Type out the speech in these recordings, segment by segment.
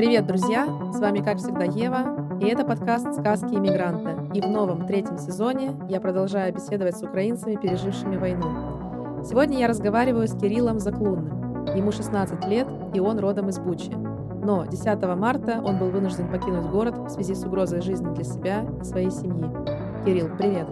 Привет, друзья! С вами, как всегда, Ева, и это подкаст «Сказки иммигранта». И в новом третьем сезоне я продолжаю беседовать с украинцами, пережившими войну. Сегодня я разговариваю с Кириллом Заклунным. Ему 16 лет, и он родом из Бучи. Но 10 марта он был вынужден покинуть город в связи с угрозой жизни для себя и своей семьи. Кирилл, привет!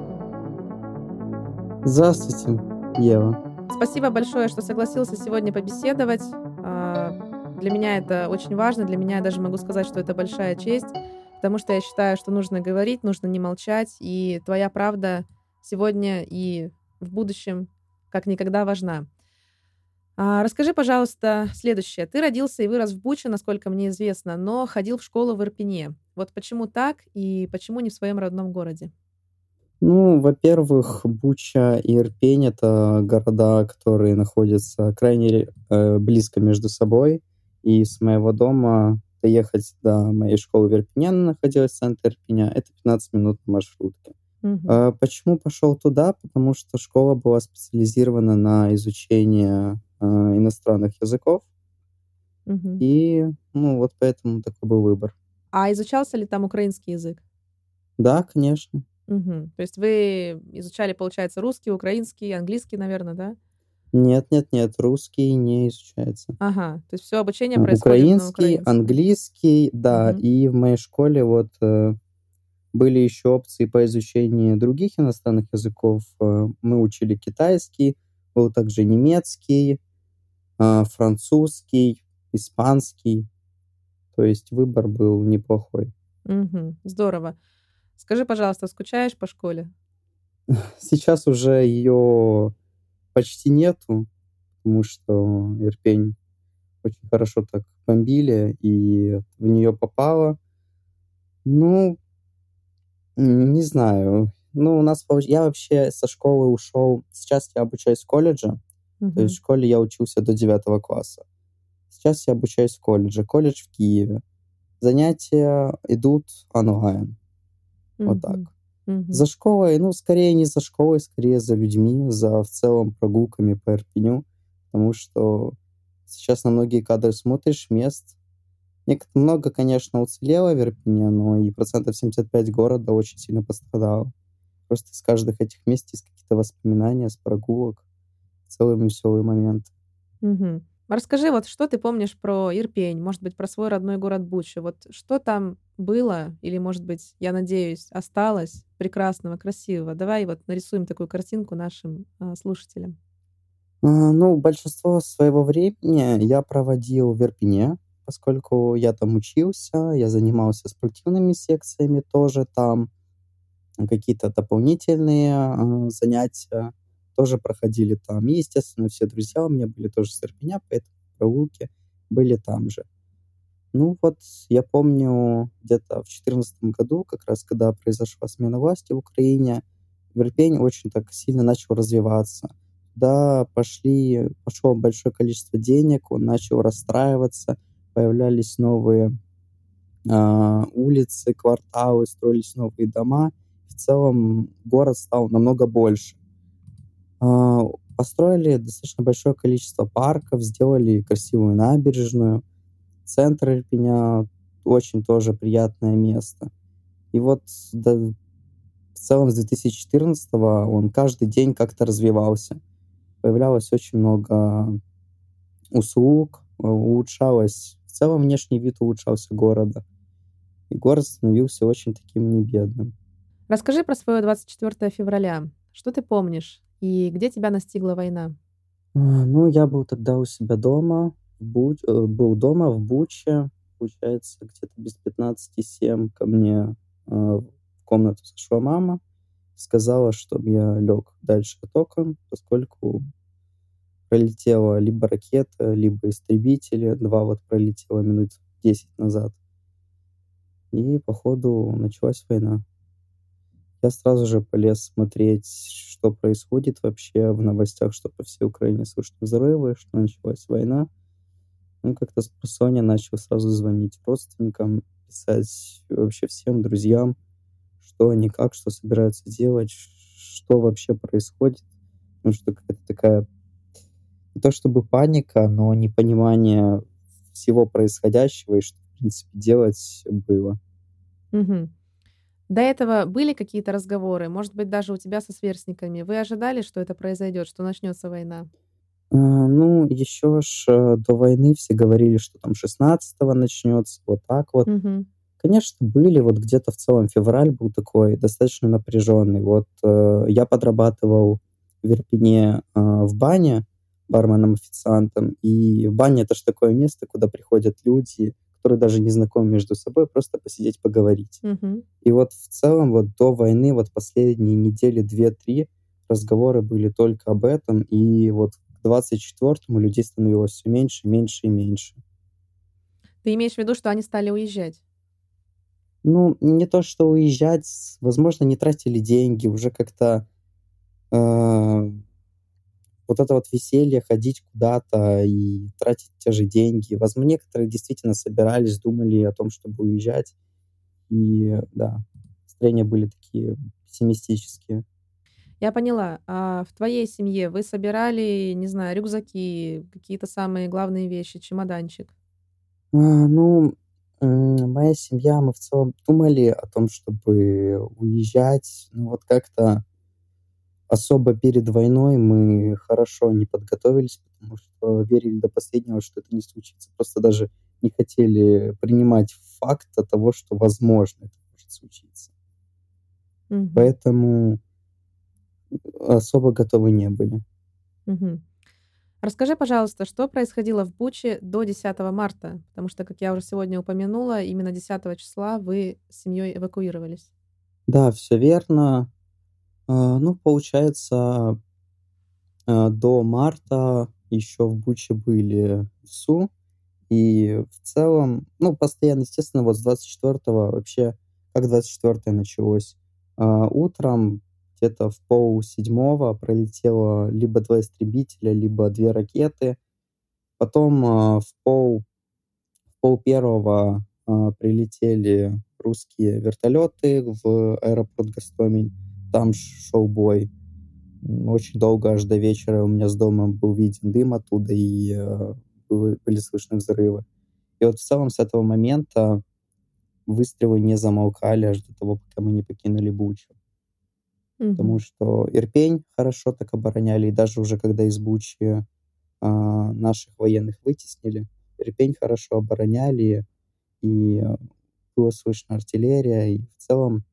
Здравствуйте, Ева. Спасибо большое, что согласился сегодня побеседовать. Для меня это очень важно, для меня я даже могу сказать, что это большая честь, потому что я считаю, что нужно говорить, нужно не молчать, и твоя правда сегодня и в будущем как никогда важна. Расскажи, пожалуйста, следующее. Ты родился и вырос в Буче, насколько мне известно, но ходил в школу в Ирпене. Вот почему так и почему не в своем родном городе? Ну, во-первых, Буча и Ирпень — это города, которые находятся крайне близко между собой. И с моего дома доехать до моей школы в Ирпене, она находилась в центре Ирпеня, это 15 минут на маршрутке. Мгм. Почему пошел туда? Потому что школа была специализирована на изучении иностранных языков. Мгм. И, вот поэтому такой был выбор. А изучался ли там украинский язык? Да, конечно. Мгм. То есть вы изучали, получается, русский, украинский, английский, наверное, да? Нет, русский не изучается. Ага, то есть все обучение происходит на Украинский, украинском. английский, да. Мгм. И в моей школе были еще опции по изучению других иностранных языков. Мы учили китайский, был также немецкий, французский, испанский. То есть выбор был неплохой. Мгм. Здорово. Скажи, пожалуйста, скучаешь по школе? Сейчас уже ее почти нету, потому что Ирпень очень хорошо так бомбили, и в нее попало. Ну, не знаю. Ну, у нас я вообще со школы ушел. Сейчас я обучаюсь в колледже. То есть в Мгм. школе я учился до 9 класса. Сейчас я обучаюсь в колледже. Колледж в Киеве. Занятия идут онлайн. Вот так. Мгм. Мгм. За школой, скорее не за школой, скорее за людьми, за в целом прогулками по Ирпеню. Потому что сейчас на многие кадры смотришь, мест много, конечно, уцелело в Ирпене, но и 75% города очень сильно пострадало. Просто из каждых этих мест есть какие-то воспоминания с прогулок, целые веселые моменты. Мгм. Расскажи, вот что ты помнишь про Ирпень, может быть, про свой родной город Буча? Вот что там было или, может быть, я надеюсь, осталось прекрасного, красивого? Давай вот нарисуем такую картинку нашим, слушателям. Большинство своего времени я проводил в Ирпене, поскольку я там учился, я занимался спортивными секциями тоже там, какие-то дополнительные занятия тоже проходили там. И, естественно, все друзья у меня были тоже с Ирпеня, поэтому прогулки были там же. Ну вот, я помню, где-то в 2014 году, как раз когда произошла смена власти в Украине, Ирпень очень так сильно начал развиваться. Да, пошло большое количество денег, он начал расстраиваться, появлялись новые улицы, кварталы, строились новые дома. В целом город стал намного больше. А, Построили достаточно большое количество парков, сделали красивую набережную. Центр Ирпеня очень тоже приятное место. И вот в целом с 2014 он каждый день как-то развивался. Появлялось очень много услуг, улучшалось. В целом внешний вид улучшался города. И город становился очень таким небедным. Расскажи про свое 24 февраля. Что ты помнишь и где тебя настигла война? Я был тогда у себя дома, был дома в Буче. Получается, где-то без 15:07 ко мне в комнату зашла мама, сказала, чтобы я лег дальше от окон, поскольку пролетела либо ракета, либо истребители. 2 вот пролетело минут 10 назад. И походу началась война. Я сразу же полез смотреть, что происходит вообще в новостях, что по всей Украине слышно взрывы, что началась война. Как-то спросонья начал сразу звонить родственникам, писать вообще всем друзьям, что они, как, что собираются делать, что вообще происходит. Потому что какая-то такая, не то чтобы паника, но непонимание всего происходящего и что, в принципе, делать было. Мгм. До этого были какие-то разговоры, может быть, даже у тебя со сверстниками? Вы ожидали, что это произойдет, что начнется война? Ну, еще до войны все говорили, что там 16-го начнется, вот так вот. Мгм. Конечно, были, вот где-то в целом февраль был такой достаточно напряженный. Вот, я подрабатывал в Ирпене, в бане барменом-официантом, и баня — это ж такое место, куда приходят люди, которые даже не знакомы между собой, просто посидеть, поговорить. Мгм. И вот в целом вот до войны, вот последние недели две-три разговоры были только об этом, и вот к 24-му людей становилось все меньше, меньше и меньше. Ты имеешь в виду, что они стали уезжать? Ну, не то что уезжать, возможно, не тратили деньги, уже как-то, э, вот это вот веселье, ходить куда-то и тратить те же деньги. Некоторые действительно собирались, думали о том, чтобы уезжать. И да, настроения были такие пессимистические. Я поняла. А в твоей семье вы собирали, не знаю, рюкзаки, какие-то самые главные вещи, чемоданчик? Ну, моя семья, мы в целом думали о том, чтобы уезжать. Но вот как-то особо перед войной мы хорошо не подготовились, потому что верили до последнего, что это не случится. Просто даже не хотели принимать факт того, что, возможно, это может случиться. Мгм. Поэтому особо готовы не были. Мгм. Расскажи, пожалуйста, что происходило в Буче до 10 марта? Потому что, как я уже сегодня упомянула, именно 10 числа вы с семьей эвакуировались. Да, все верно. Ну, получается, до марта еще в Буче были в СУ. И в целом, ну, постоянно, естественно, вот с 24-го вообще, как 24-е началось? Утром где-то в полседьмого пролетело либо 2 истребителя, либо 2 ракеты. Потом, в полпервого, прилетели русские вертолеты в аэропорт Гостомель. Там шел бой. Очень долго, аж до вечера у меня с дома был виден дым оттуда, и, были слышны взрывы. И вот в целом с этого момента выстрелы не замолкали аж до того, пока мы не покинули Бучу. Потому Мгм. что Ирпень хорошо так обороняли, и даже уже когда из Бучи, наших военных вытеснили, Ирпень хорошо обороняли, и, было слышно артиллерия. И в целом,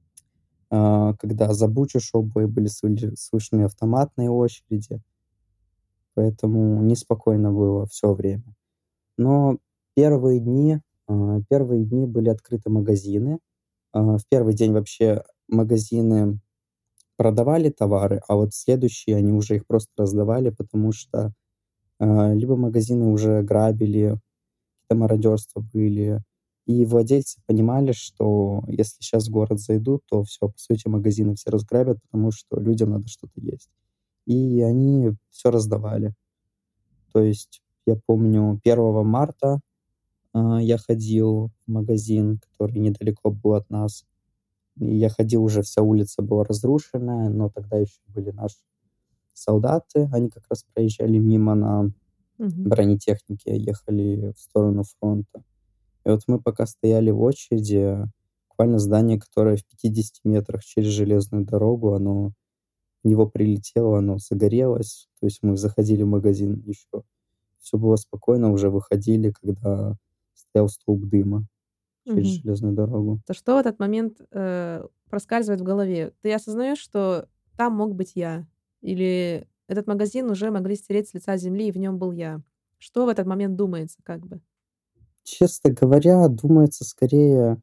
когда за Бучу шел бой, были слышны автоматные очереди, поэтому неспокойно было все время. Но первые дни, первые дни были открыты магазины. В первый день вообще магазины продавали товары, а вот следующие они уже их просто раздавали, потому что, либо магазины уже грабили, какие-то мародерства были, и владельцы понимали, что если сейчас в город зайдут, то все, по сути, магазины все разграбят, потому что людям надо что-то есть. И они все раздавали. То есть я помню, 1 марта я ходил в магазин, который недалеко был от нас. И я ходил, уже вся улица была разрушенная, но тогда еще были наши солдаты. Они как раз проезжали мимо на Мгм. бронетехнике, ехали в сторону фронта. И вот мы пока стояли в очереди, буквально здание, которое в 50 метрах через железную дорогу, в него прилетело, оно загорелось. То есть мы заходили в магазин еще. Все было спокойно, уже выходили, когда стоял столб дыма через Мгм. железную дорогу. То что в этот момент, проскальзывает в голове? Ты осознаешь, что там мог быть я? Или этот магазин уже могли стереть с лица земли, и в нем был я? Что в этот момент думается как бы? Честно говоря, думается скорее,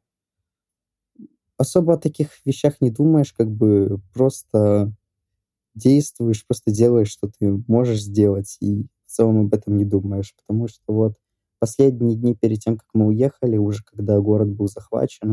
особо о таких вещах не думаешь, как бы просто действуешь, просто делаешь, что ты можешь сделать, и в целом об этом не думаешь. Потому что вот последние дни перед тем, как мы уехали, уже когда город был захвачен,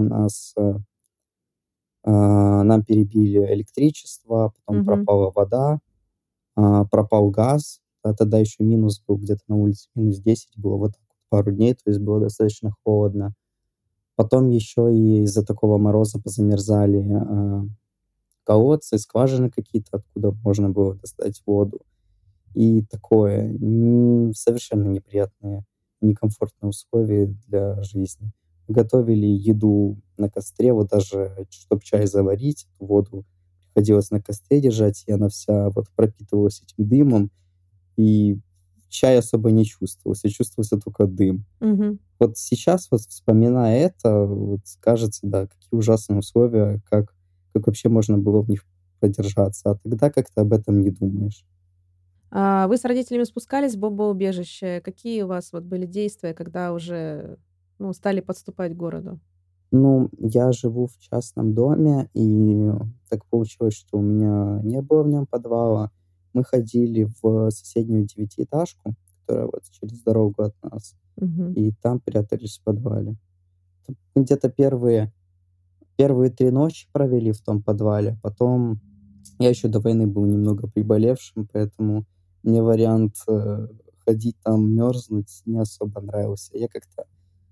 нам перебили электричество, потом Мгм. пропала вода, пропал газ. А тогда еще минус был где-то на улице, -10 было вот так вот пару дней, то есть было достаточно холодно. Потом еще и из-за такого мороза позамерзали, колодцы, скважины какие-то, откуда можно было достать воду. И такое, совершенно неприятные некомфортные условия для жизни. Готовили еду на костре, вот даже чтобы чай заварить, воду приходилось на костре держать, и она вся вот пропитывалась этим дымом, и чай особо не чувствовался, чувствовался только дым. Мгм. Вот сейчас, вот вспоминая это, вот кажется, да, какие ужасные условия, как вообще можно было в них продержаться. А тогда как-то об этом не думаешь. Вы с родителями спускались в бомбоубежище? Какие у вас вот были действия, когда уже, ну, стали подступать к городу? Ну, я живу в частном доме, и так получилось, что у меня не было в нем подвала. Мы ходили в соседнюю девятиэтажку, которая вот через дорогу от нас, Мгм. и там прятались в подвале. Мы где-то первые 3 ночи провели в том подвале. Потом я еще до войны был немного приболевшим, поэтому мне вариант, ходить там, мерзнуть не особо нравился. Я как-то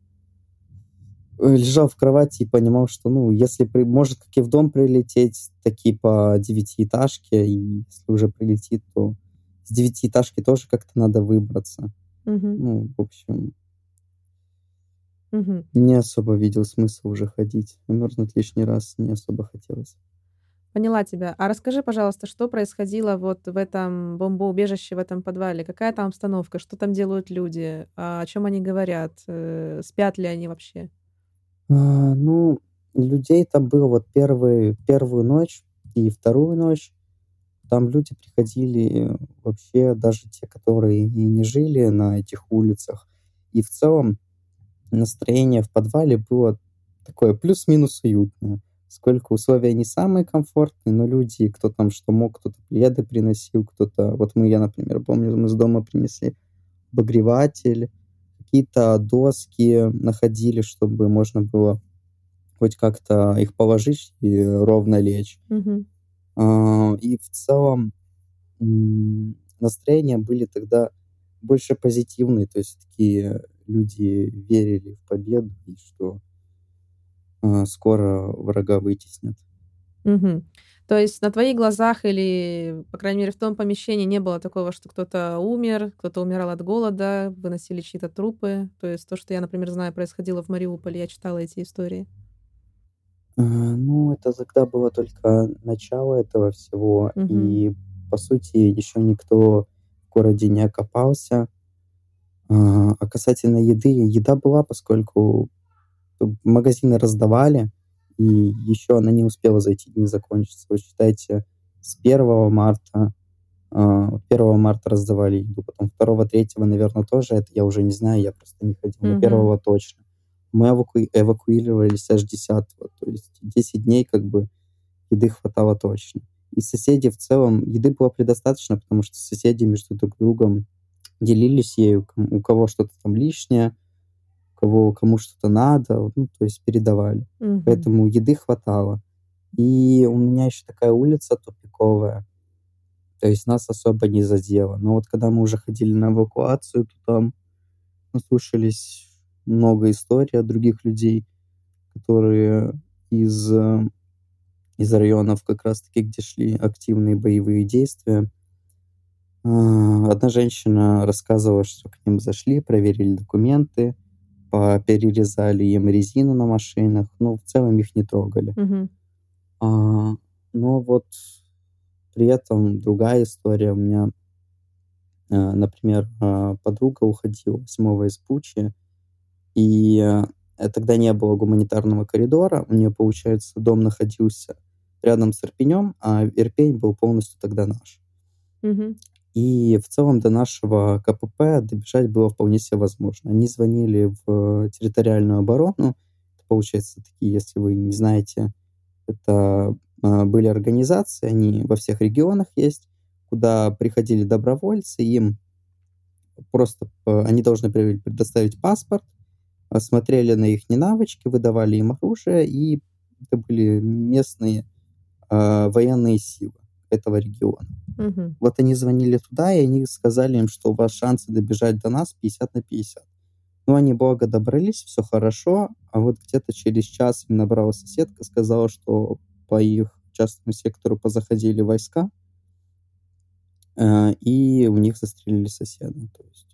лежал в кровати и понимал, что, ну, если может как и в дом прилететь, так и по девятиэтажке, и если уже прилетит, то с девятиэтажки тоже как-то надо выбраться. Мгм. Ну, в общем, Мгм. не особо видел смысла уже ходить, а мёрзнуть лишний раз не особо хотелось. Поняла тебя. А расскажи, пожалуйста, что происходило вот в этом бомбоубежище, в этом подвале? Какая там обстановка? Что там делают люди? О чем они говорят? Спят ли они вообще? Ну, людей там было вот первую ночь и вторую ночь. Там люди приходили, вообще даже те, которые и не жили на этих улицах. И в целом настроение в подвале было такое плюс-минус уютное. Сколько условия не самые комфортные, но люди, кто там что мог, кто-то пледы приносил, кто-то вот я, например, помню, мы с дома принесли обогреватель, какие-то доски находили, чтобы можно было хоть как-то их положить и ровно лечь. Мгм. И в целом, настроения были тогда больше позитивные, то есть такие люди верили в победу и что, скоро врага вытеснят. Мгм. То есть на твоих глазах или, по крайней мере, в том помещении не было такого, что кто-то умер, кто-то умирал от голода, выносили чьи-то трупы? То есть то, что я, например, знаю, происходило в Мариуполе, я читала эти истории. Ну, это тогда было только начало этого всего, Мгм. и, по сути, еще никто в городе не окопался. А касательно еды, еда была, поскольку магазины раздавали, и еще она не успела за эти дни закончиться. Вот считайте, с 1 марта, 1 марта раздавали еду, потом 2-3, наверное, тоже. Это я уже не знаю, я просто не ходил, но Мгм. 1 точно. Мы эвакуировались аж 10, то есть 10 дней как бы еды хватало точно. И соседи в целом еды было предостаточно, потому что соседи между друг другом делились ею, у кого что-то там лишнее, кому что-то надо, вот, ну, то есть передавали. Мгм. Поэтому еды хватало. И у меня еще такая улица тупиковая, то есть нас особо не задело. Но вот когда мы уже ходили на эвакуацию, то там наслушались много историй от других людей, которые из, э, из районов как раз-таки, где шли активные боевые действия. Одна женщина рассказывала, что к ним зашли, проверили документы, перерезали им резину на машинах, но в целом их не трогали. Мгм. А, но вот при этом другая история. У меня, например, подруга уходила снова из Бучи, и, тогда не было гуманитарного коридора. У нее, получается, дом находился рядом с Ирпенем, а Ирпень был полностью тогда наш. Мгм. И в целом до нашего КПП добежать было вполне себе возможно. Они звонили в территориальную оборону. Это, получается, такие, если вы не знаете, это, были организации, они во всех регионах есть, куда приходили добровольцы, им просто, они должны предоставить паспорт, смотрели на их навычки, выдавали им оружие, и это были местные, военные силы этого региона. Мгм. Вот они звонили туда, и они сказали им, что у вас шансы добежать до нас 50/50. Ну, они, благо, добрались, все хорошо, а вот где-то через час им набрала соседка, сказала, что по их частному сектору позаходили войска, и у них застрелили соседа. То есть так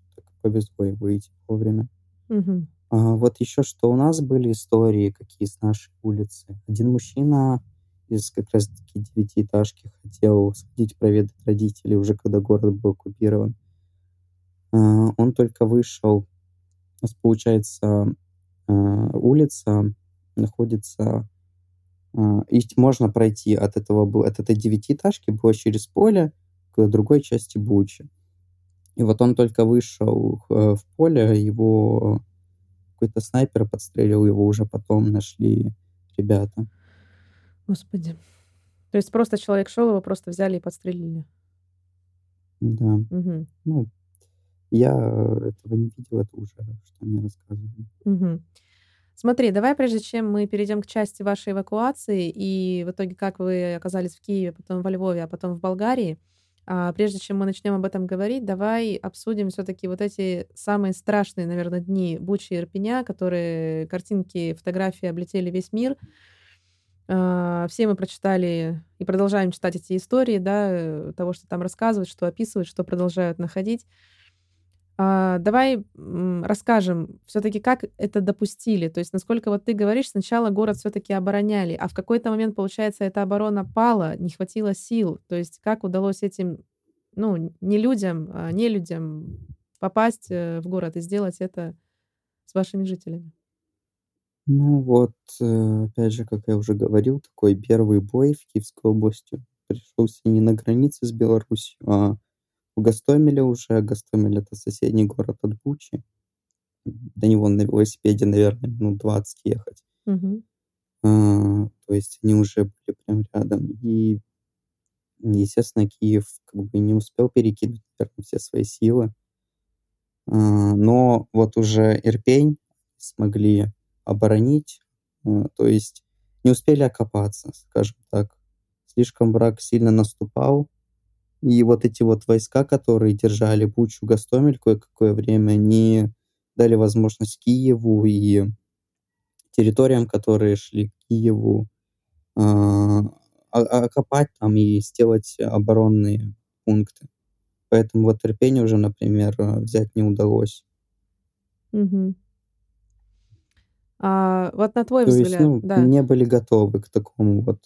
повезло и выйти вовремя. Мгм. Вот еще что у нас были истории, какие с нашей улицы. Один мужчина из как раз таки девятиэтажки хотел сходить проведать родителей уже когда город был оккупирован. Он только вышел, у нас получается, улица находится, есть можно пройти от этой девятиэтажки было через поле к другой части Бучи. И вот он только вышел, в поле, его какой-то снайпер подстрелил, его уже потом нашли ребята. Господи. То есть просто человек шел, его просто взяли и подстрелили. Да. Мгм. Ну, я этого не видел, это уже что мне рассказывали. Мгм. Смотри, давай, прежде чем мы перейдем к части вашей эвакуации и в итоге, как вы оказались в Киеве, потом во Львове, а потом в Болгарии, прежде чем мы начнем об этом говорить, давай обсудим все-таки вот эти самые страшные, наверное, дни Бучи и Ирпеня, которые картинки, фотографии облетели весь мир. Все мы прочитали и продолжаем читать эти истории, да, того, что там рассказывают, что описывают, что продолжают находить. Давай, расскажем все таки как это допустили. То есть, насколько вот ты говоришь, сначала город все таки обороняли, а в какой-то момент, получается, эта оборона пала, не хватило сил. То есть как удалось этим, ну, не людям, а нелюдям попасть, в город и сделать это с вашими жителями? Ну вот, опять же, как я уже говорил, такой первый бой в Киевской области пришелся не на границе с Беларусью, а в Гостомеле уже. Гостомель — это соседний город от Бучи. До него на велосипеде, наверное, минут 20 ехать. Мгм. То есть они уже были прям рядом. И, естественно, Киев как бы не успел перекинуть, наверно, все свои силы. Но вот уже Ирпень смогли оборонить, то есть не успели окопаться, скажем так. Слишком враг сильно наступал, и вот эти вот войска, которые держали Бучу, Гостомель кое-какое время, они дали возможность Киеву и территориям, которые шли к Киеву, а, окопать там и сделать оборонные пункты. Поэтому вот Ирпень уже, например, взять не удалось. Мгм. Вот на твой То есть, взгляд, ну, да. не были готовы к такому вот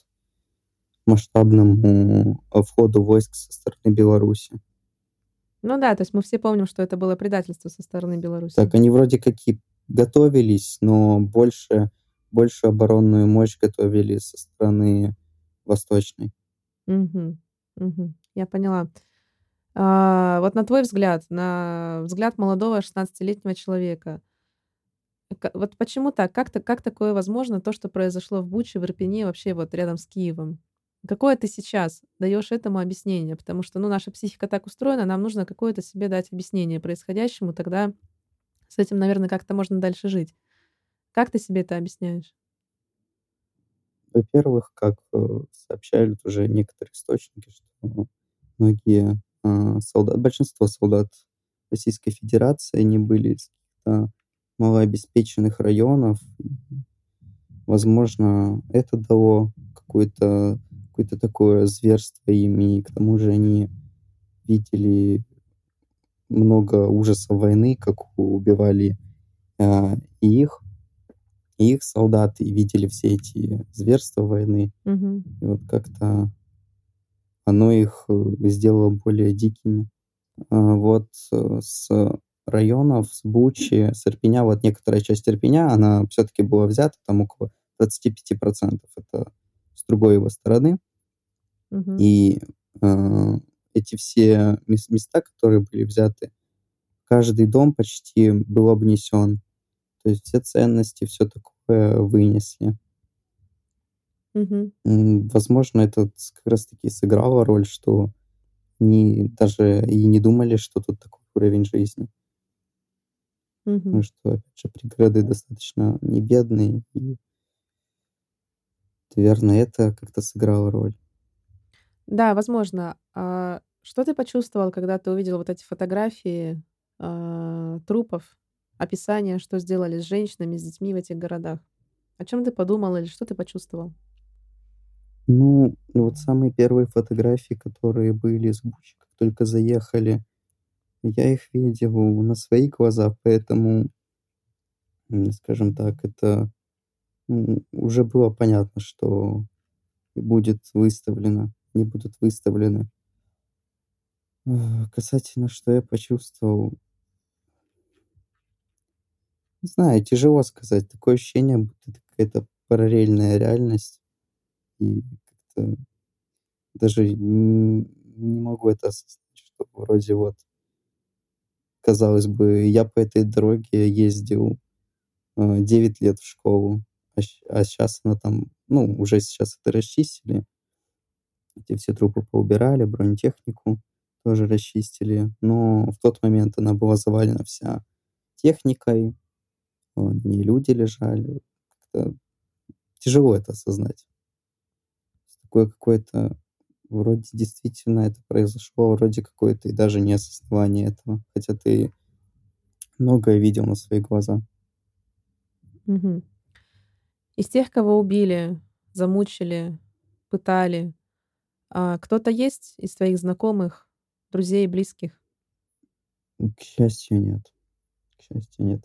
масштабному, входу войск со стороны Беларуси. Ну да, то есть мы все помним, что это было предательство со стороны Беларуси. Так, они вроде как и готовились, но больше оборонную мощь готовили со стороны восточной. Мгм. Мгм. Я поняла. Вот на твой взгляд, на взгляд молодого 16-летнего человека, вот почему так? Как такое возможно, то, что произошло в Буче, в Ирпени, вообще вот рядом с Киевом? Какое ты сейчас даешь этому объяснение? Потому что, ну, наша психика так устроена, нам нужно какое-то себе дать объяснение происходящему, тогда с этим, наверное, как-то можно дальше жить. Как ты себе это объясняешь? Во-первых, как, сообщают уже некоторые источники, что многие, большинство солдат Российской Федерации, они были из каких-то малообеспеченных районов. Возможно, это дало какое-то такое зверство им, и к тому же они видели много ужасов войны, как убивали, и их солдат, и видели все эти зверства войны. Мгм. И вот как-то оно их, сделало более дикими. Вот, с районов, с Бучи, с Ирпеня, вот некоторая часть Ирпеня, она все-таки была взята, там около 25%. Это с другой его стороны. Мгм. И, эти все места, которые были взяты, каждый дом почти был обнесен. То есть все ценности, все такое вынесли. Мгм. Возможно, это как раз таки сыграло роль, что они даже и не думали, что тут такой уровень жизни. Мгм. Потому что, опять же, пригороды достаточно не бедные, и, наверное, это как-то сыграло роль. Да, возможно. Что ты почувствовал, когда ты увидел вот эти фотографии, трупов, описание, что сделали с женщинами, с детьми в этих городах? О чем ты подумал или что ты почувствовал? Ну, вот самые первые фотографии, которые были с Бучи, как только заехали, Я их видел на свои глаза, поэтому, скажем так, это, уже было понятно, что будет выставлено, они будут выставлены. Касательно, что я почувствовал, не знаю, тяжело сказать. Такое ощущение, будто это какая-то параллельная реальность, и как-то даже не могу это осознать, что вроде вот, казалось бы, я по этой дороге ездил 9 лет в школу, а щас она там, ну, уже сейчас это расчистили, эти все трупы поубирали, бронетехнику тоже расчистили, но в тот момент она была завалена вся техникой, в ней люди лежали. Как-то тяжело это осознать. Такое какое-то, вроде действительно это произошло, вроде какое-то и даже не осознавание этого, хотя ты многое видел на свои глаза. Мгм. Из тех, кого убили, замучили, пытали, кто-то есть из твоих знакомых, друзей, близких? К счастью, нет. К счастью, нет.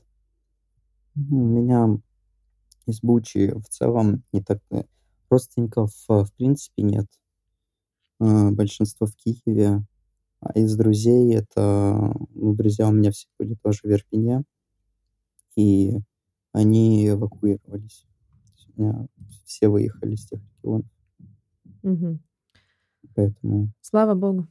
У меня из Бучи в целом не так, родственников, в принципе, нет. Большинство в Киеве, а из друзей это, ну, друзья у меня все были тоже в Ирпене, и они эвакуировались. То есть у меня все выехали с тех регионов, Мгм. поэтому Слава богу.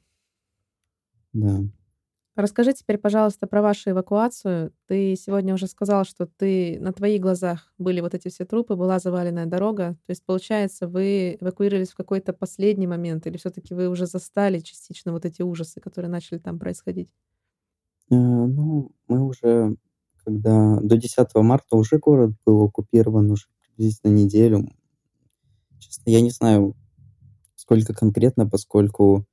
да. Расскажи теперь, пожалуйста, про вашу эвакуацию. Ты сегодня уже сказал, что ты на твоих глазах были вот эти все трупы, была заваленная дорога. То есть, получается, вы эвакуировались в какой-то последний момент, или все-таки вы уже застали частично вот эти ужасы, которые начали там происходить? Ну, мы уже, когда до 10 марта уже город был оккупирован уже приблизительно неделю. Честно, я не знаю, сколько конкретно, поскольку,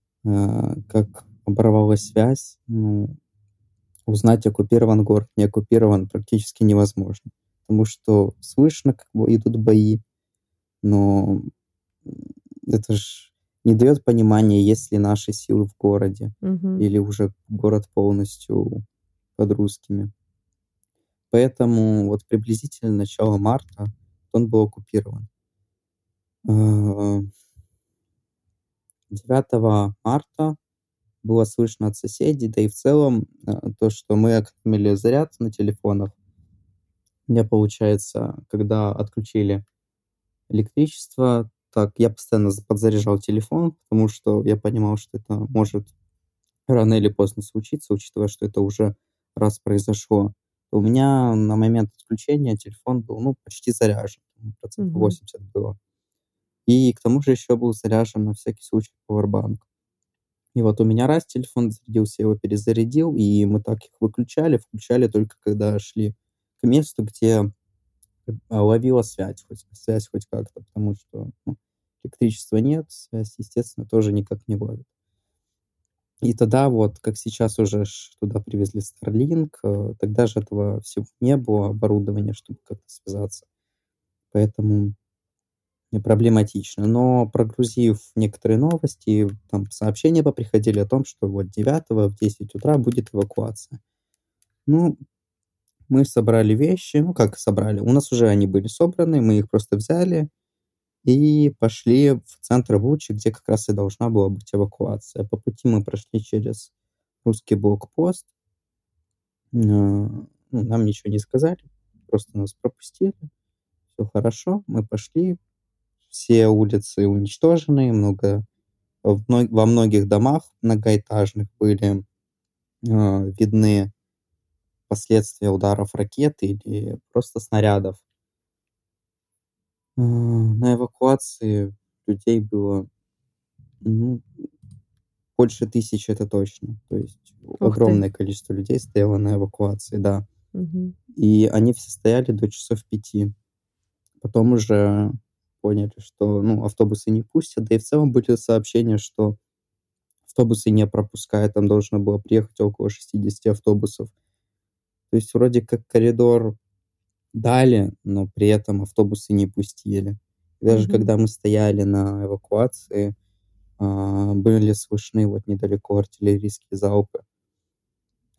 как оборвалась связь, ну, узнать, оккупирован город, не оккупирован, практически невозможно. Потому что слышно, как бы идут бои, но, это ж не дает понимания, есть ли наши силы в городе Мгм. или уже город полностью под русскими. Поэтому вот приблизительно начало марта он был оккупирован. Э, 9 марта было слышно от соседей, да и в целом, то, что мы экономили заряд на телефонах. Мне, получается, когда отключили электричество, так я постоянно подзаряжал телефон, потому что я понимал, что это может рано или поздно случиться, учитывая, что это уже раз произошло. У меня на момент отключения телефон был, ну, почти заряжен, процентов Мгм. 80 было. И к тому же еще был заряжен на всякий случай пауэрбанк. И вот у меня раз телефон зарядился, я его перезарядил, и мы так их выключали, включали только когда шли к месту, где, ловила связь хоть как-то, потому что, ну, электричества нет, связь, естественно, тоже никак не ловит. И тогда вот, как сейчас уже туда привезли Starlink, тогда же этого всего не было, оборудования, чтобы как-то связаться. Поэтому проблематично. Но прогрузив некоторые новости, там сообщения поприходили о том, что вот 9 в 10 утра будет эвакуация. Ну, мы собрали вещи, ну как собрали, у нас уже они были собраны, мы их просто взяли и пошли в центр Бучи, где как раз и должна была быть эвакуация. По пути мы прошли через русский блокпост. Ну, нам ничего не сказали, просто нас пропустили. Все хорошо, мы пошли. Все улицы уничтожены, во многих домах многоэтажных были, видны последствия ударов ракет или просто снарядов. На эвакуации людей было, ну, больше 1000, это точно. То есть Ух ты. огромное количество людей стояло на эвакуации, да. Мгм. И они все стояли до часов 5. Потом уже поняли, что, ну, автобусы не пустят. Да и в целом были сообщения, что автобусы не пропускают. Там должно было приехать около 60 автобусов. То есть вроде как коридор дали, но при этом автобусы не пустили. И даже Мгм. когда мы стояли на эвакуации, были слышны вот недалеко артиллерийские залпы.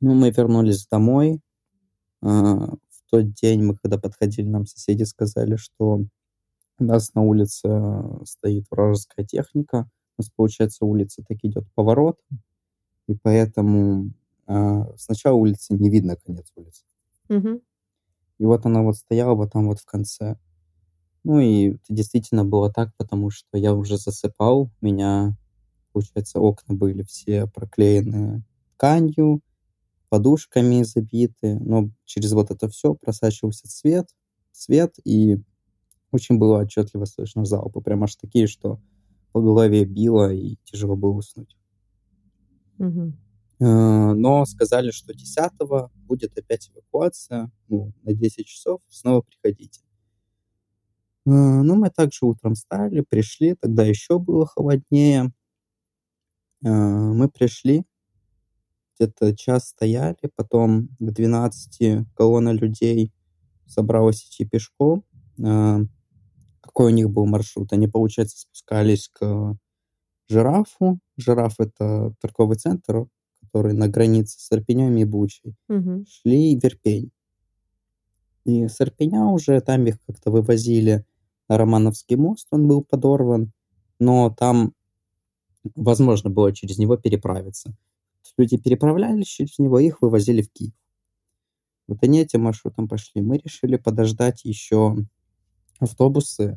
Ну, мы вернулись домой. В тот день мы, когда подходили, нам соседи сказали, что у нас на улице стоит вражеская техника. У нас, получается, улица так идет поворот, и поэтому сначала улицы не видно конец улицы. Мгм. И вот она вот стояла вот там вот в конце. Ну и это действительно было так, потому что я уже засыпал. У меня, получается, окна были все проклеены тканью, подушками забиты, но через вот это все просачивался свет, и очень было отчетливо слышно залпы, прям аж такие, что по голове било и тяжело было уснуть. Мгм. Но сказали, что 10 будет опять эвакуация, ну, на 10 часов, снова приходите. Ну, мы также утром встали, пришли, тогда еще было холоднее. Мы пришли, где-то час стояли, потом к 12 колонна людей собралась идти пешком. А, Какой у них был маршрут? Они, получается, спускались к Жирафу. Жираф — это торговый центр, который на границе с Ирпенем и Бучей. Мгм. Шли в Ирпень. И с Ирпеня уже там их как-то вывозили на Романовский мост, он был подорван, но там возможно было через него переправиться. Люди переправлялись через него, их вывозили в Киев. Вот они этим маршрутом пошли. Мы решили подождать еще автобусы,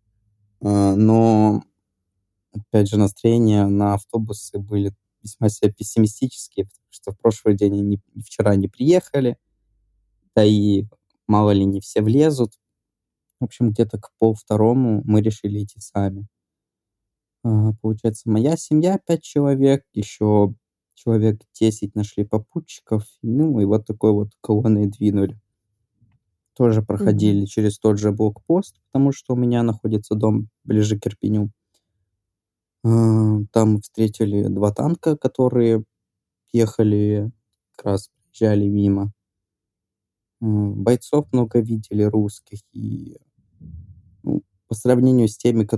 но опять же настроения на автобусы были весьма себе пессимистические, потому что в прошлый день они вчера не приехали, да и мало ли не все влезут. В общем, где-то к 1:30 мы решили идти сами. Получается, моя семья 5 человек, еще человек 10 нашли попутчиков, ну и вот такой вот колонной двинули. Тоже Мгм. проходили через тот же блокпост, потому что у меня находится дом ближе к Ирпеню. Там встретили 2 танка, которые ехали, как раз проезжали мимо. Бойцов много видели русских, и, ну, по сравнению с теми,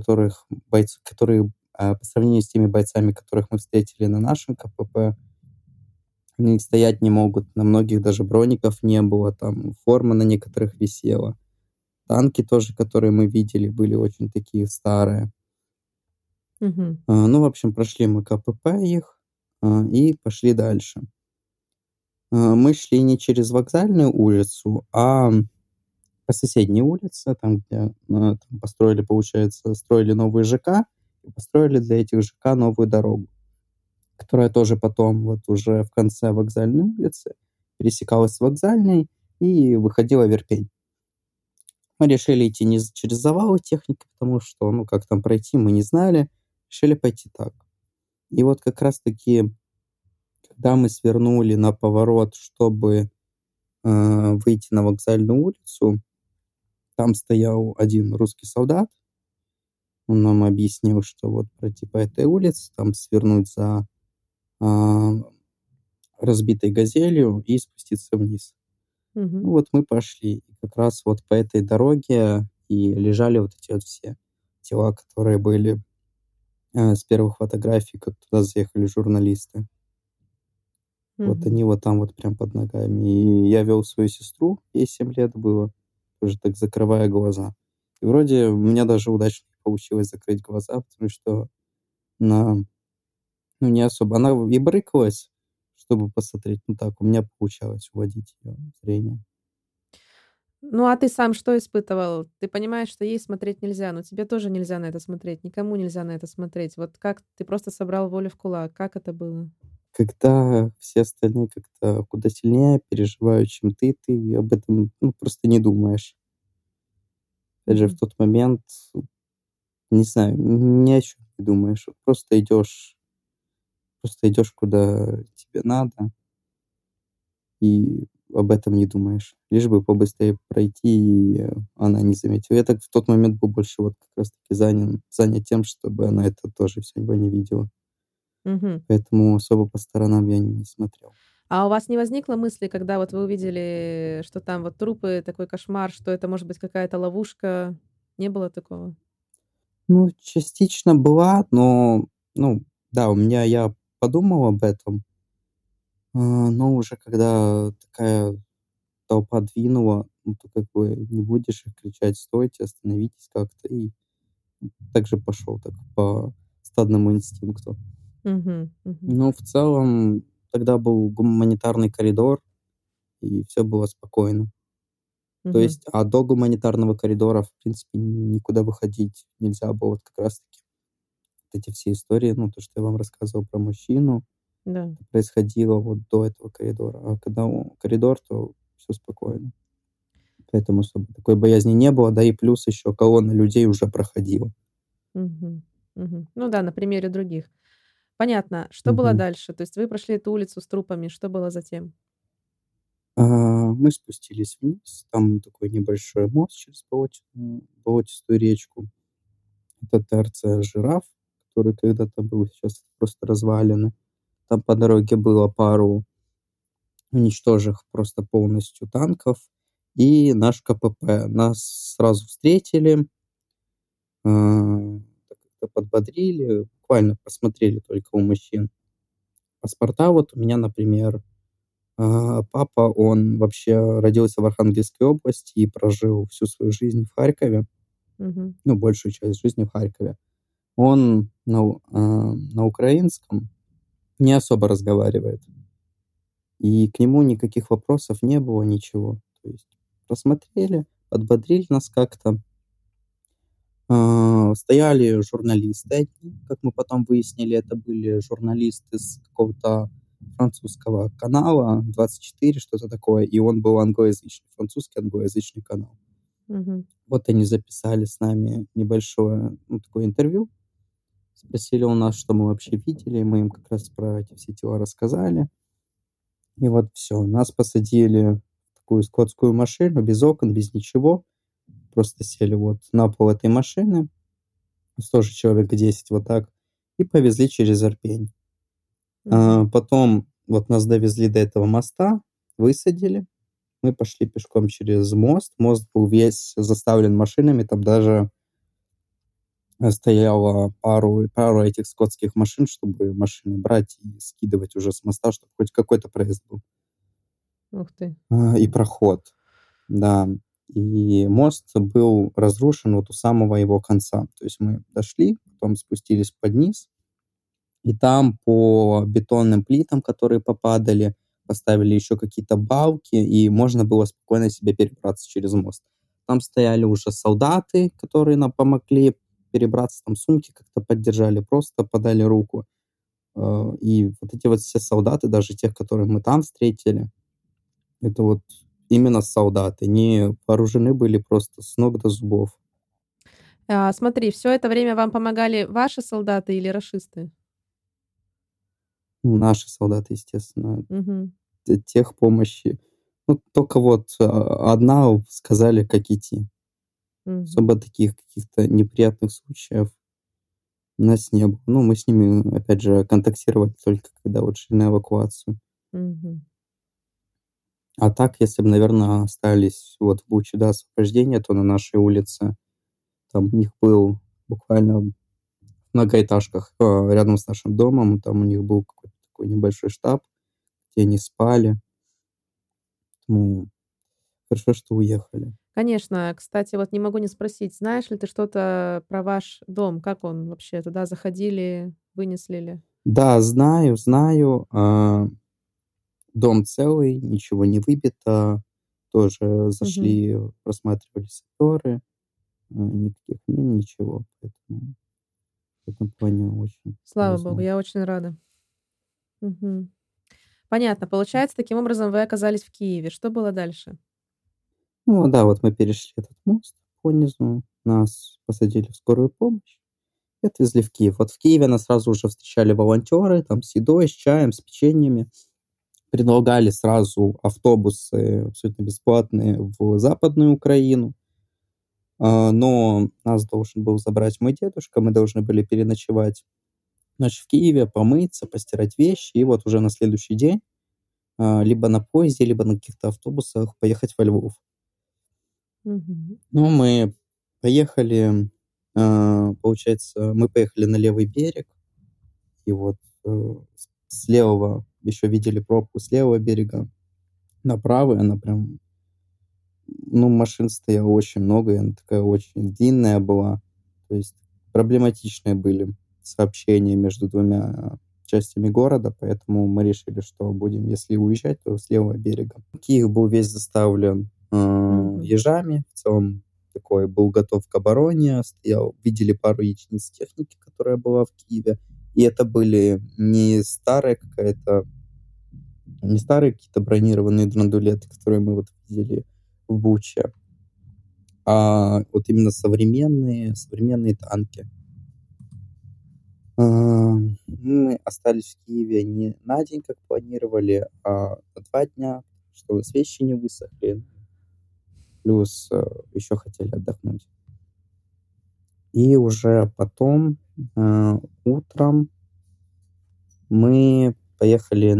по сравнению с теми бойцами, которых мы встретили на нашем КПП, они стоять не могут. На многих даже броников не было, там форма на некоторых висела. Танки тоже, которые мы видели, были очень такие старые. Мгм. Ну, в общем, прошли мы КПП их, и пошли дальше. Мы шли не через Вокзальную улицу, а по соседней улице, там, где, там построили, получается, строили новый ЖК и построили для этих ЖК новую дорогу, которая тоже потом вот уже в конце Вокзальной улицы пересекалась с Вокзальной и выходила в Ирпень. Мы решили идти не через завалы техники, потому что, ну, как там пройти, мы не знали. Решили пойти так. И вот как раз-таки, когда мы свернули на поворот, чтобы выйти на Вокзальную улицу, там стоял один русский солдат. Он нам объяснил, что вот пройти по этой улице, там свернуть за а, разбитой «Газелью» и спуститься вниз. Мгм. Ну вот мы пошли. И как раз вот по этой дороге и лежали вот эти вот все тела, которые были с первых фотографий, как туда заехали журналисты. Вот Мгм. они вот там вот прям под ногами. И я вел свою сестру, ей 7 лет было, тоже так закрывая глаза. И вроде у меня даже удачно получилось закрыть глаза, потому что на ну, не особо. Она и брыкалась, чтобы посмотреть, ну так, у меня получалось уводить её зрение. Ну, а ты сам что испытывал? Ты понимаешь, что ей смотреть нельзя, но тебе тоже нельзя на это смотреть, никому нельзя на это смотреть. Вот как ты просто собрал волю в кулак? Как это было? Когда все остальные как-то куда сильнее переживают, чем ты об этом, ну, просто не думаешь. Опять же, в Мгм. тот момент, не знаю, ни о чём не думаешь. Вот просто идёшь, куда тебе надо, и об этом не думаешь. Лишь бы побыстрее пройти, и она не заметила. Я так в тот момент был больше вот как раз таки занят тем, чтобы она это тоже всё не видела. Мгм. Поэтому особо по сторонам я не смотрел. А у вас не возникло мысли, когда вот вы увидели, что там вот трупы, такой кошмар, что это может быть какая-то ловушка? Не было такого? Ну, частично была, но, ну да, я подумал об этом, Но уже когда такая толпа двинула, ну, то как бы не будешь их кричать: "Стойте, остановитесь" как-то. И так же пошел так по стадному инстинкту. Мгм, мгм, Но в целом тогда был гуманитарный коридор, и все было спокойно. То мгм, есть, а до гуманитарного коридора, в принципе, никуда выходить нельзя было. Вот как раз таки вот эти все истории, ну, то, что я вам рассказывал про мужчину, да. это происходило вот до этого коридора. А когда коридор, то все спокойно. Поэтому особо такой боязни не было. Да и плюс еще колонна людей уже проходила. Мгм, мгм. Ну да, на примере других. Понятно. Что было Мгм. дальше? То есть вы прошли эту улицу с трупами, что было затем? Мы спустились вниз. Там такой небольшой мост через болотистую речку. Это ТРЦ "Жираф", который когда-то был, сейчас просто развалины. Там по дороге было пару уничтоженных просто полностью танков и наш КПП. Нас сразу встретили, так как-то подбодрили, буквально посмотрели только у мужчин паспорта. Вот у меня, например, папа, он вообще родился в Архангельской области и прожил всю свою жизнь в Харькове, Мгм. ну, большую часть жизни в Харькове. Он на украинском не особо разговаривает. И к нему никаких вопросов не было, ничего. То есть посмотрели, подбодрили нас как-то. Стояли журналисты одни, как мы потом выяснили, это были журналисты с какого-то французского канала 24, что-то такое, и он был англоязычный, французский англоязычный канал. Мгм. Вот они записали с нами небольшое, ну, такое интервью, спросили у нас, что мы вообще видели, мы им как раз про эти все дела рассказали. И вот все, нас посадили в такую складскую машину, без окон, без ничего. Просто сели вот на пол этой машины, тоже человек 10 вот так, и повезли через Ирпень. Мгм. Потом вот нас довезли до этого моста, высадили. Мы пошли пешком через мост. Мост был весь заставлен машинами, там даже, стояло пару этих скотских машин, чтобы машины брать и скидывать уже с моста, чтобы хоть какой-то проезд был, Ух ты. и проход. Да, и мост был разрушен вот у самого его конца. То есть мы дошли, потом спустились под низ, и там по бетонным плитам, которые попадали, поставили еще какие-то балки, и можно было спокойно себе перебраться через мост. Там стояли уже солдаты, которые нам помогли перебраться, там сумки как-то поддержали, просто подали руку. И вот эти вот все солдаты, даже тех, которых мы там встретили, это вот именно солдаты. Не вооружены были просто с ног до зубов. Смотри, все это время вам помогали ваши солдаты или рашисты? Ну, наши солдаты, естественно, Мгм. техпомощи. Ну, только вот, одна сказали, как идти. Мгм. Особо таких каких-то неприятных случаев у нас не было. Ну, мы с ними, опять же, контактировали только когда вот шли на эвакуацию. Мгм. А так, если бы, наверно, остались вот в Буче до освобождения, то на нашей улице там у них был буквально в многоэтажках, рядом с нашим домом, там у них был какой-то такой небольшой штаб, где они спали. Ну, хорошо, что уехали. Конечно. Кстати, вот не могу не спросить, знаешь ли ты что-то про ваш дом? Как он вообще? Туда заходили, вынесли ли? Да, знаю, знаю. Дом целый, ничего не выбито. Тоже Мгм. зашли, просматривали саперы, никаких мин, ничего. Поэтому в этом плане очень Слава богу, повезло. я очень рада. Мгм. Понятно. Получается, таким образом вы оказались в Киеве. Что было дальше? Ну да, вот мы перешли этот мост по низу, нас посадили в скорую помощь и отвезли в Киев. Вот в Киеве нас сразу уже встречали волонтеры, там с едой, с чаем, с печеньями. Предлагали сразу автобусы абсолютно бесплатные в Западную Украину. Но нас должен был забрать мой дедушка, мы должны были переночевать ночь в Киеве, помыться, постирать вещи и вот уже на следующий день, либо на поезде, либо на каких-то автобусах поехать во Львов. Мгм. Ну, мы поехали, получается, мы поехали на левый берег, и вот, с левого еще видели пробку с левого берега на правый. Она прям, ну, машин стояло очень много, и она такая очень длинная была. То есть проблематичные были сообщения между двумя частями города, поэтому мы решили, что будем, если уезжать, то с левого берега. Киев был весь заставлен ежами, в целом такой был готов к обороне, стоял, видели пару единиц техники, которая была в Киеве, и это были не старые какие-то бронированные драндулеты, которые мы вот видели в Буче, а вот именно современные танки. Мы остались в Киеве не на день, как планировали, а на 2 дня, что у нас вещи не высохли, плюс еще хотели отдохнуть. И уже потом утром мы поехали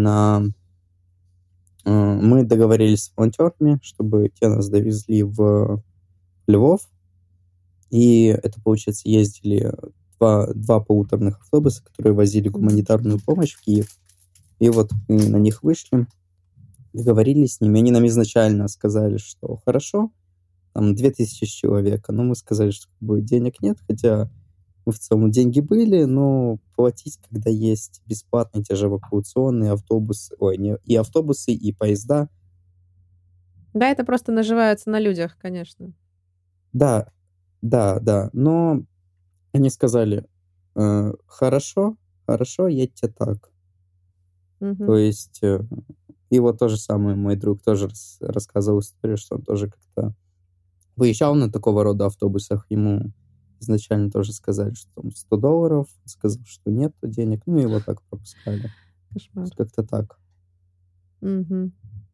мы договорились с волонтерами, чтобы те нас довезли в Львов. И это, получается, ездили два полуторных автобуса, которые возили гуманитарную помощь в Киев. И вот мы на них вышли, договорились с ними. Они нам изначально сказали, что хорошо, там 2000 человек. Но мы сказали, что как бы денег нет, хотя в целом деньги были, но платить, когда есть бесплатные те же эвакуационные автобусы, и автобусы, и поезда. Да, это просто наживаются на людях, конечно. Да, да. Но они сказали, хорошо, едьте так. То есть, и вот то же самое мой друг тоже рассказывал историю, что он тоже как-то выезжал на такого рода автобусах, ему изначально тоже сказали, что там $100, он сказал, что нет денег, ну и вот так пропускали. Кошмар. Как-то так. Мгм.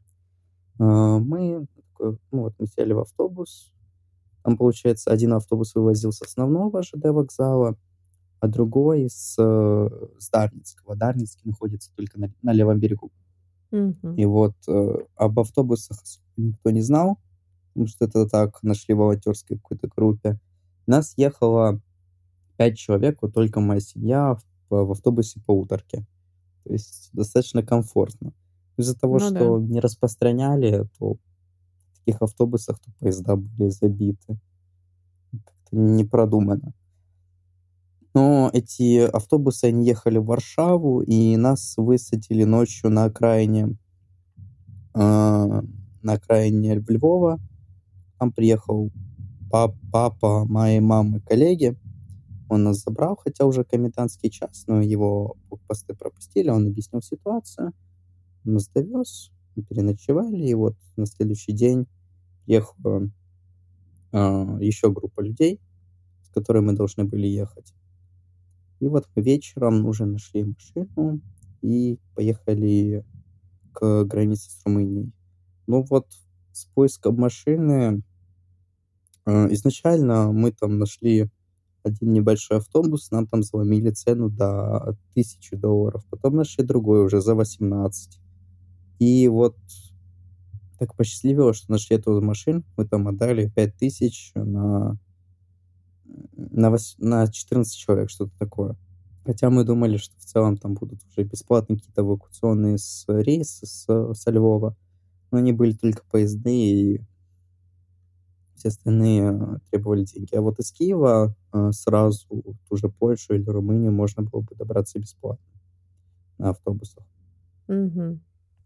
Мы сели в автобус. Там, получается, один автобус вывозил с основного ЖД вокзала, а другой с Дарницкого. Дарницкий находится только на левом берегу. Мгм. И вот об автобусах особо никто не знал, потому что это так нашли в волонтерской какой-то группе. Нас ехало 5 человек, вот только моя семья в автобусе полуторке. То есть достаточно комфортно. Из-за того, Ну да. что не распространяли, то в таких автобусах то поезда были забиты. Как-то не продумано. Но эти автобусы, они ехали в Варшаву, и нас высадили ночью на окраине Львова. Там приехал папа моей мамы, коллеги. Он нас забрал, хотя уже комендантский час, но его блокпосты пропустили, он объяснил ситуацию, он нас довез, мы переночевали, и вот на следующий день приехала еще группа людей, с которой мы должны были ехать. И вот мы вечером уже нашли машину и поехали к границе с Румынией. Ну вот с поиском машины изначально мы там нашли один небольшой автобус, нам там заломили цену до $1000. Потом нашли другой уже за 18. И вот так посчастливилось, что нашли эту машину. Мы там отдали 5000 на 14 человек, что-то такое. Хотя мы думали, что в целом там будут уже бесплатные какие-то эвакуационные рейсы со Львова. Но они были только поездные, и все остальные требовали деньги. А вот из Киева сразу в ту же Польшу или Румынию можно было бы добраться бесплатно на автобусах. Мгм.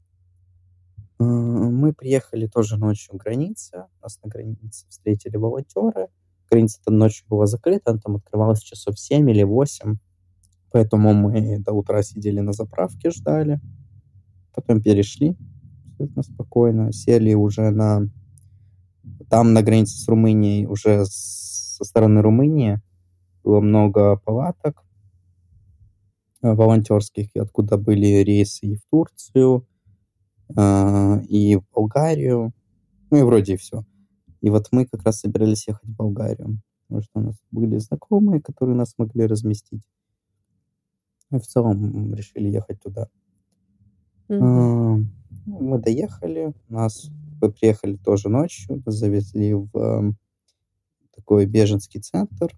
Мы приехали тоже ночью к границе. Нас на границе встретили волонтеры. Граница там ночью была закрыта, она там открывалась часов 7 или 8. Поэтому мы до утра сидели на заправке, ждали. Потом перешли абсолютно спокойно. Сели уже там на границе с Румынией, уже со стороны Румынии. Было много палаток волонтерских, откуда были рейсы и в Турцию, и в Болгарию. Ну и вроде все. И вот мы как раз собирались ехать в Болгарию, потому что у нас были знакомые, которые нас могли разместить. И в целом решили ехать туда. Мгм. Мы доехали, мы приехали тоже ночью, нас завезли в такой беженский центр,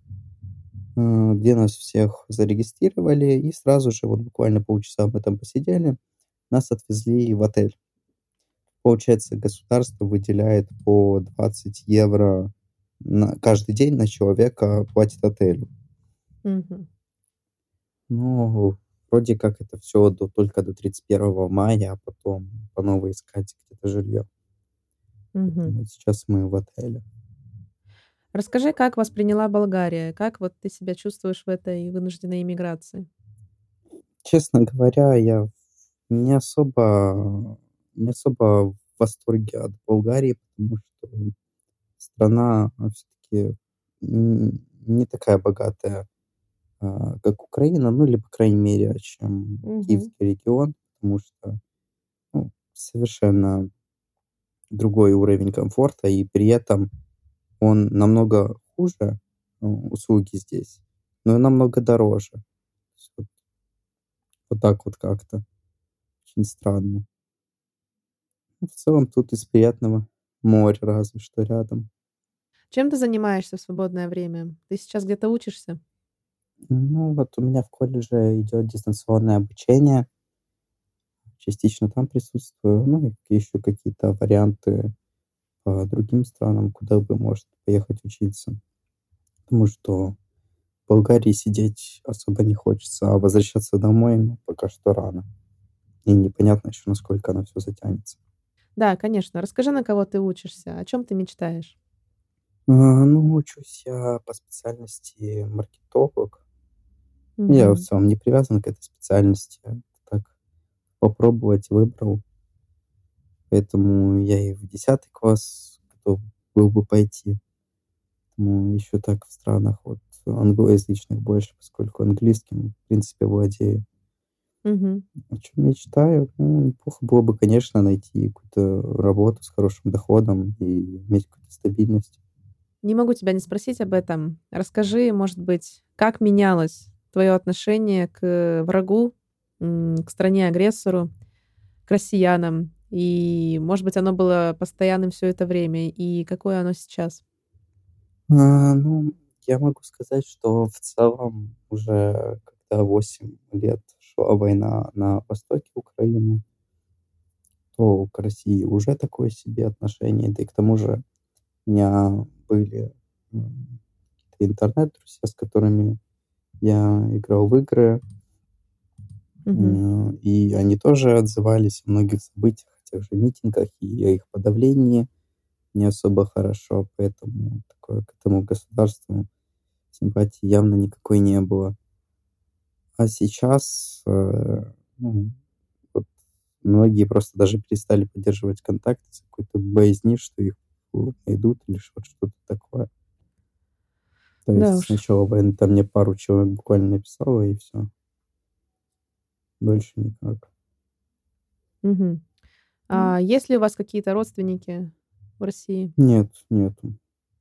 где нас всех зарегистрировали, и сразу же, вот буквально полчаса мы там посидели, нас отвезли в отель. Получается, государство выделяет по 20 евро каждый день на человека платит отелю. Мгм. Ну, вроде как это все только до 31 мая, а потом по новой искать где-то жилье. Мгм. Поэтому вот сейчас мы в отеле. Расскажи, как восприняла Болгария? Как вот ты себя чувствуешь в этой вынужденной иммиграции? Честно говоря, я не особо в восторге от Болгарии, потому что страна, все-таки не такая богатая, как Украина, ну, или, по крайней мере, чем Мгм. Киевский регион, потому что, ну, совершенно другой уровень комфорта, и при этом он намного хуже, услуги здесь, но и намного дороже. То есть вот так вот как-то. Очень странно. Ну, в целом тут из приятного море разве что рядом. Чем ты занимаешься в свободное время? Ты сейчас где-то учишься? Ну, вот у меня в колледже идет дистанционное обучение, частично там присутствую, ну, и ищу какие-то варианты по другим странам, куда бы, может, поехать учиться. Потому что в Болгарии сидеть особо не хочется, а возвращаться домой, ну, пока что рано. И непонятно еще, насколько оно все затянется. Да, конечно. Расскажи, на кого ты учишься, о чем ты мечтаешь? Ну, учусь я по специальности маркетолог. Я в Мгм. целом не привязан к этой специальности. Так попробовать выбрал. Поэтому я и в 10 класс готов был бы пойти. Ну, еще так в странах вот англоязычных больше, поскольку английским, в принципе, владею. Мгм. О чем мечтаю? Ну, неплохо было бы, конечно, найти какую-то работу с хорошим доходом и иметь какую-то стабильность. Не могу тебя не спросить об этом. Расскажи, может быть, как менялось твое отношение к врагу, к стране-агрессору, к россиянам? И, может быть, оно было постоянным все это время, и какое оно сейчас? Ну, я могу сказать, что в целом уже когда 8 лет шла война на востоке Украины, то к России уже такое себе отношение. Да и к тому же у меня были, какие-то интернет-друзья, с которыми я играл в игры, Мгм. и они тоже отзывались о многих событиях, о тех же митингах и о их подавлении не особо хорошо, поэтому такое к этому государству симпатии явно никакой не было. А сейчас, ну, вот многие просто даже перестали поддерживать контакт из какой-то боязни, что их найдут или вот что-то такое. То Да есть уж. с начала войны там мне пару человек буквально написало, и все, больше никак. Мгм. А есть ли у вас какие-то родственники в России? Нет, нету,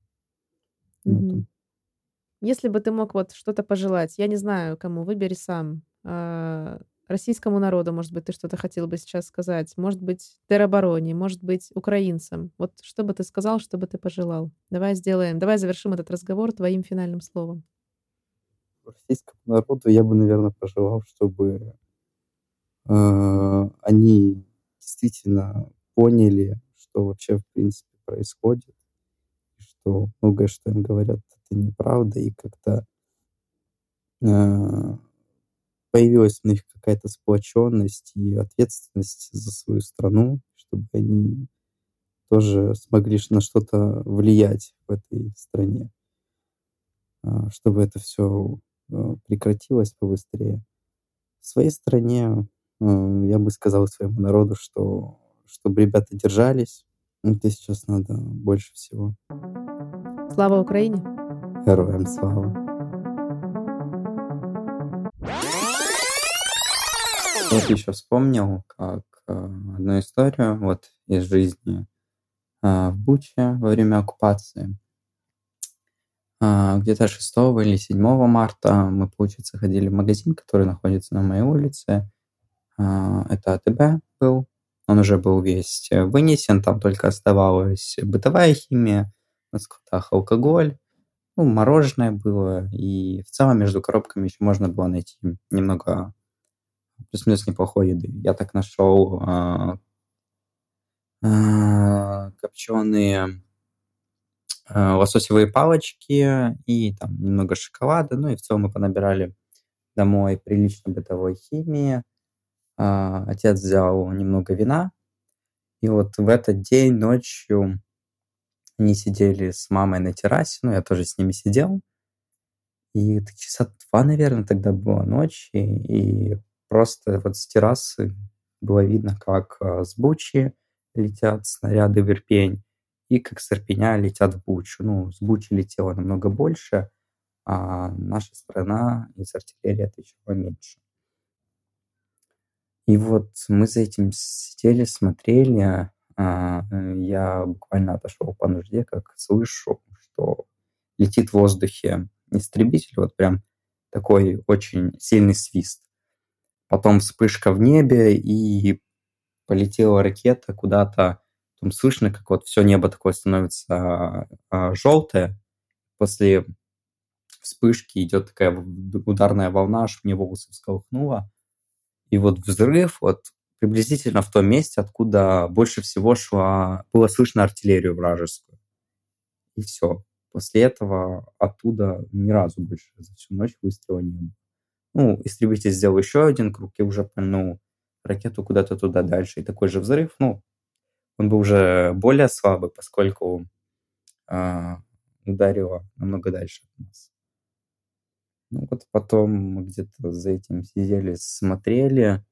нету. Мгм. Если бы ты мог вот что-то пожелать, я не знаю кому, выбери сам. Российскому народу, может быть, ты что-то хотел бы сейчас сказать, может быть, теробороне, может быть, украинцам. Вот что бы ты сказал, что бы ты пожелал? Давай завершим этот разговор твоим финальным словом. Российскому народу я бы, наверное, пожелал, чтобы, они действительно поняли, что вообще в принципе происходит, и что многое, что им говорят, это неправда, и как-то, э, появилась у них какая-то сплоченность и ответственность за свою страну, чтобы они тоже смогли на что-то влиять в этой стране, чтобы это все прекратилось побыстрее. В своей стране, я бы сказал своему народу, что чтобы ребята держались. Это сейчас надо больше всего. Слава Украине! Героям слава! Вот еще вспомнил, как, одну историю вот из жизни, в Буче во время оккупации. Где-то 6 или 7 марта мы, получается, ходили в магазин, который находится на моей улице. Это АТБ был. Он уже был весь, вынесен, там только оставалась бытовая химия, на складах алкоголь, ну, мороженое было, и в целом между коробками еще можно было найти немного, плюс-минус неплохой еды. Я так нашел копченые лососевые палочки и там немного шоколада. Ну и в целом мы понабирали домой прилично бытовой химии. Отец взял немного вина. И вот в этот день ночью они сидели с мамой на террасе, ну, я тоже с ними сидел. И это часа 2, наверное, тогда была ночь, и просто вот с террасы было видно, как с Бучи летят снаряды в Ирпень, и как с Ирпеня летят в Бучу. Ну, с Бучи летело намного больше, а наша страна из артиллерии отвечала меньше. И вот мы за этим сидели, смотрели. Я буквально отошел по нужде, как слышу, что летит в воздухе истребитель, вот прям такой очень сильный свист. Потом вспышка в небе, и полетела ракета куда-то. Там слышно, как вот все небо такое становится желтое. После вспышки идет такая ударная волна, аж мне волосы всколыхнуло. И вот взрыв вот приблизительно в том месте, откуда больше всего было слышно артиллерию вражескую. И все. После этого оттуда ни разу больше за всю ночь выстрела не было. Ну, истребитель сделал еще один круг и уже пальнул ракету куда-то туда дальше. И такой же взрыв. Ну, он был уже более слабый, поскольку ударило намного дальше от нас. Ну вот потом мы где-то за этим сидели, смотрели.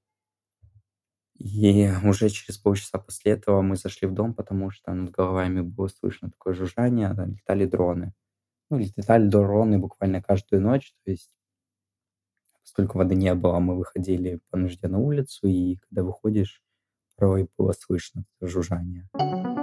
И уже через полчаса после этого мы зашли в дом, потому что над головами было слышно такое жужжание, летали дроны. Ну, летали дроны буквально каждую ночь, то есть поскольку воды не было, мы выходили по нужде на улицу, и когда выходишь, порой было слышно жужжание.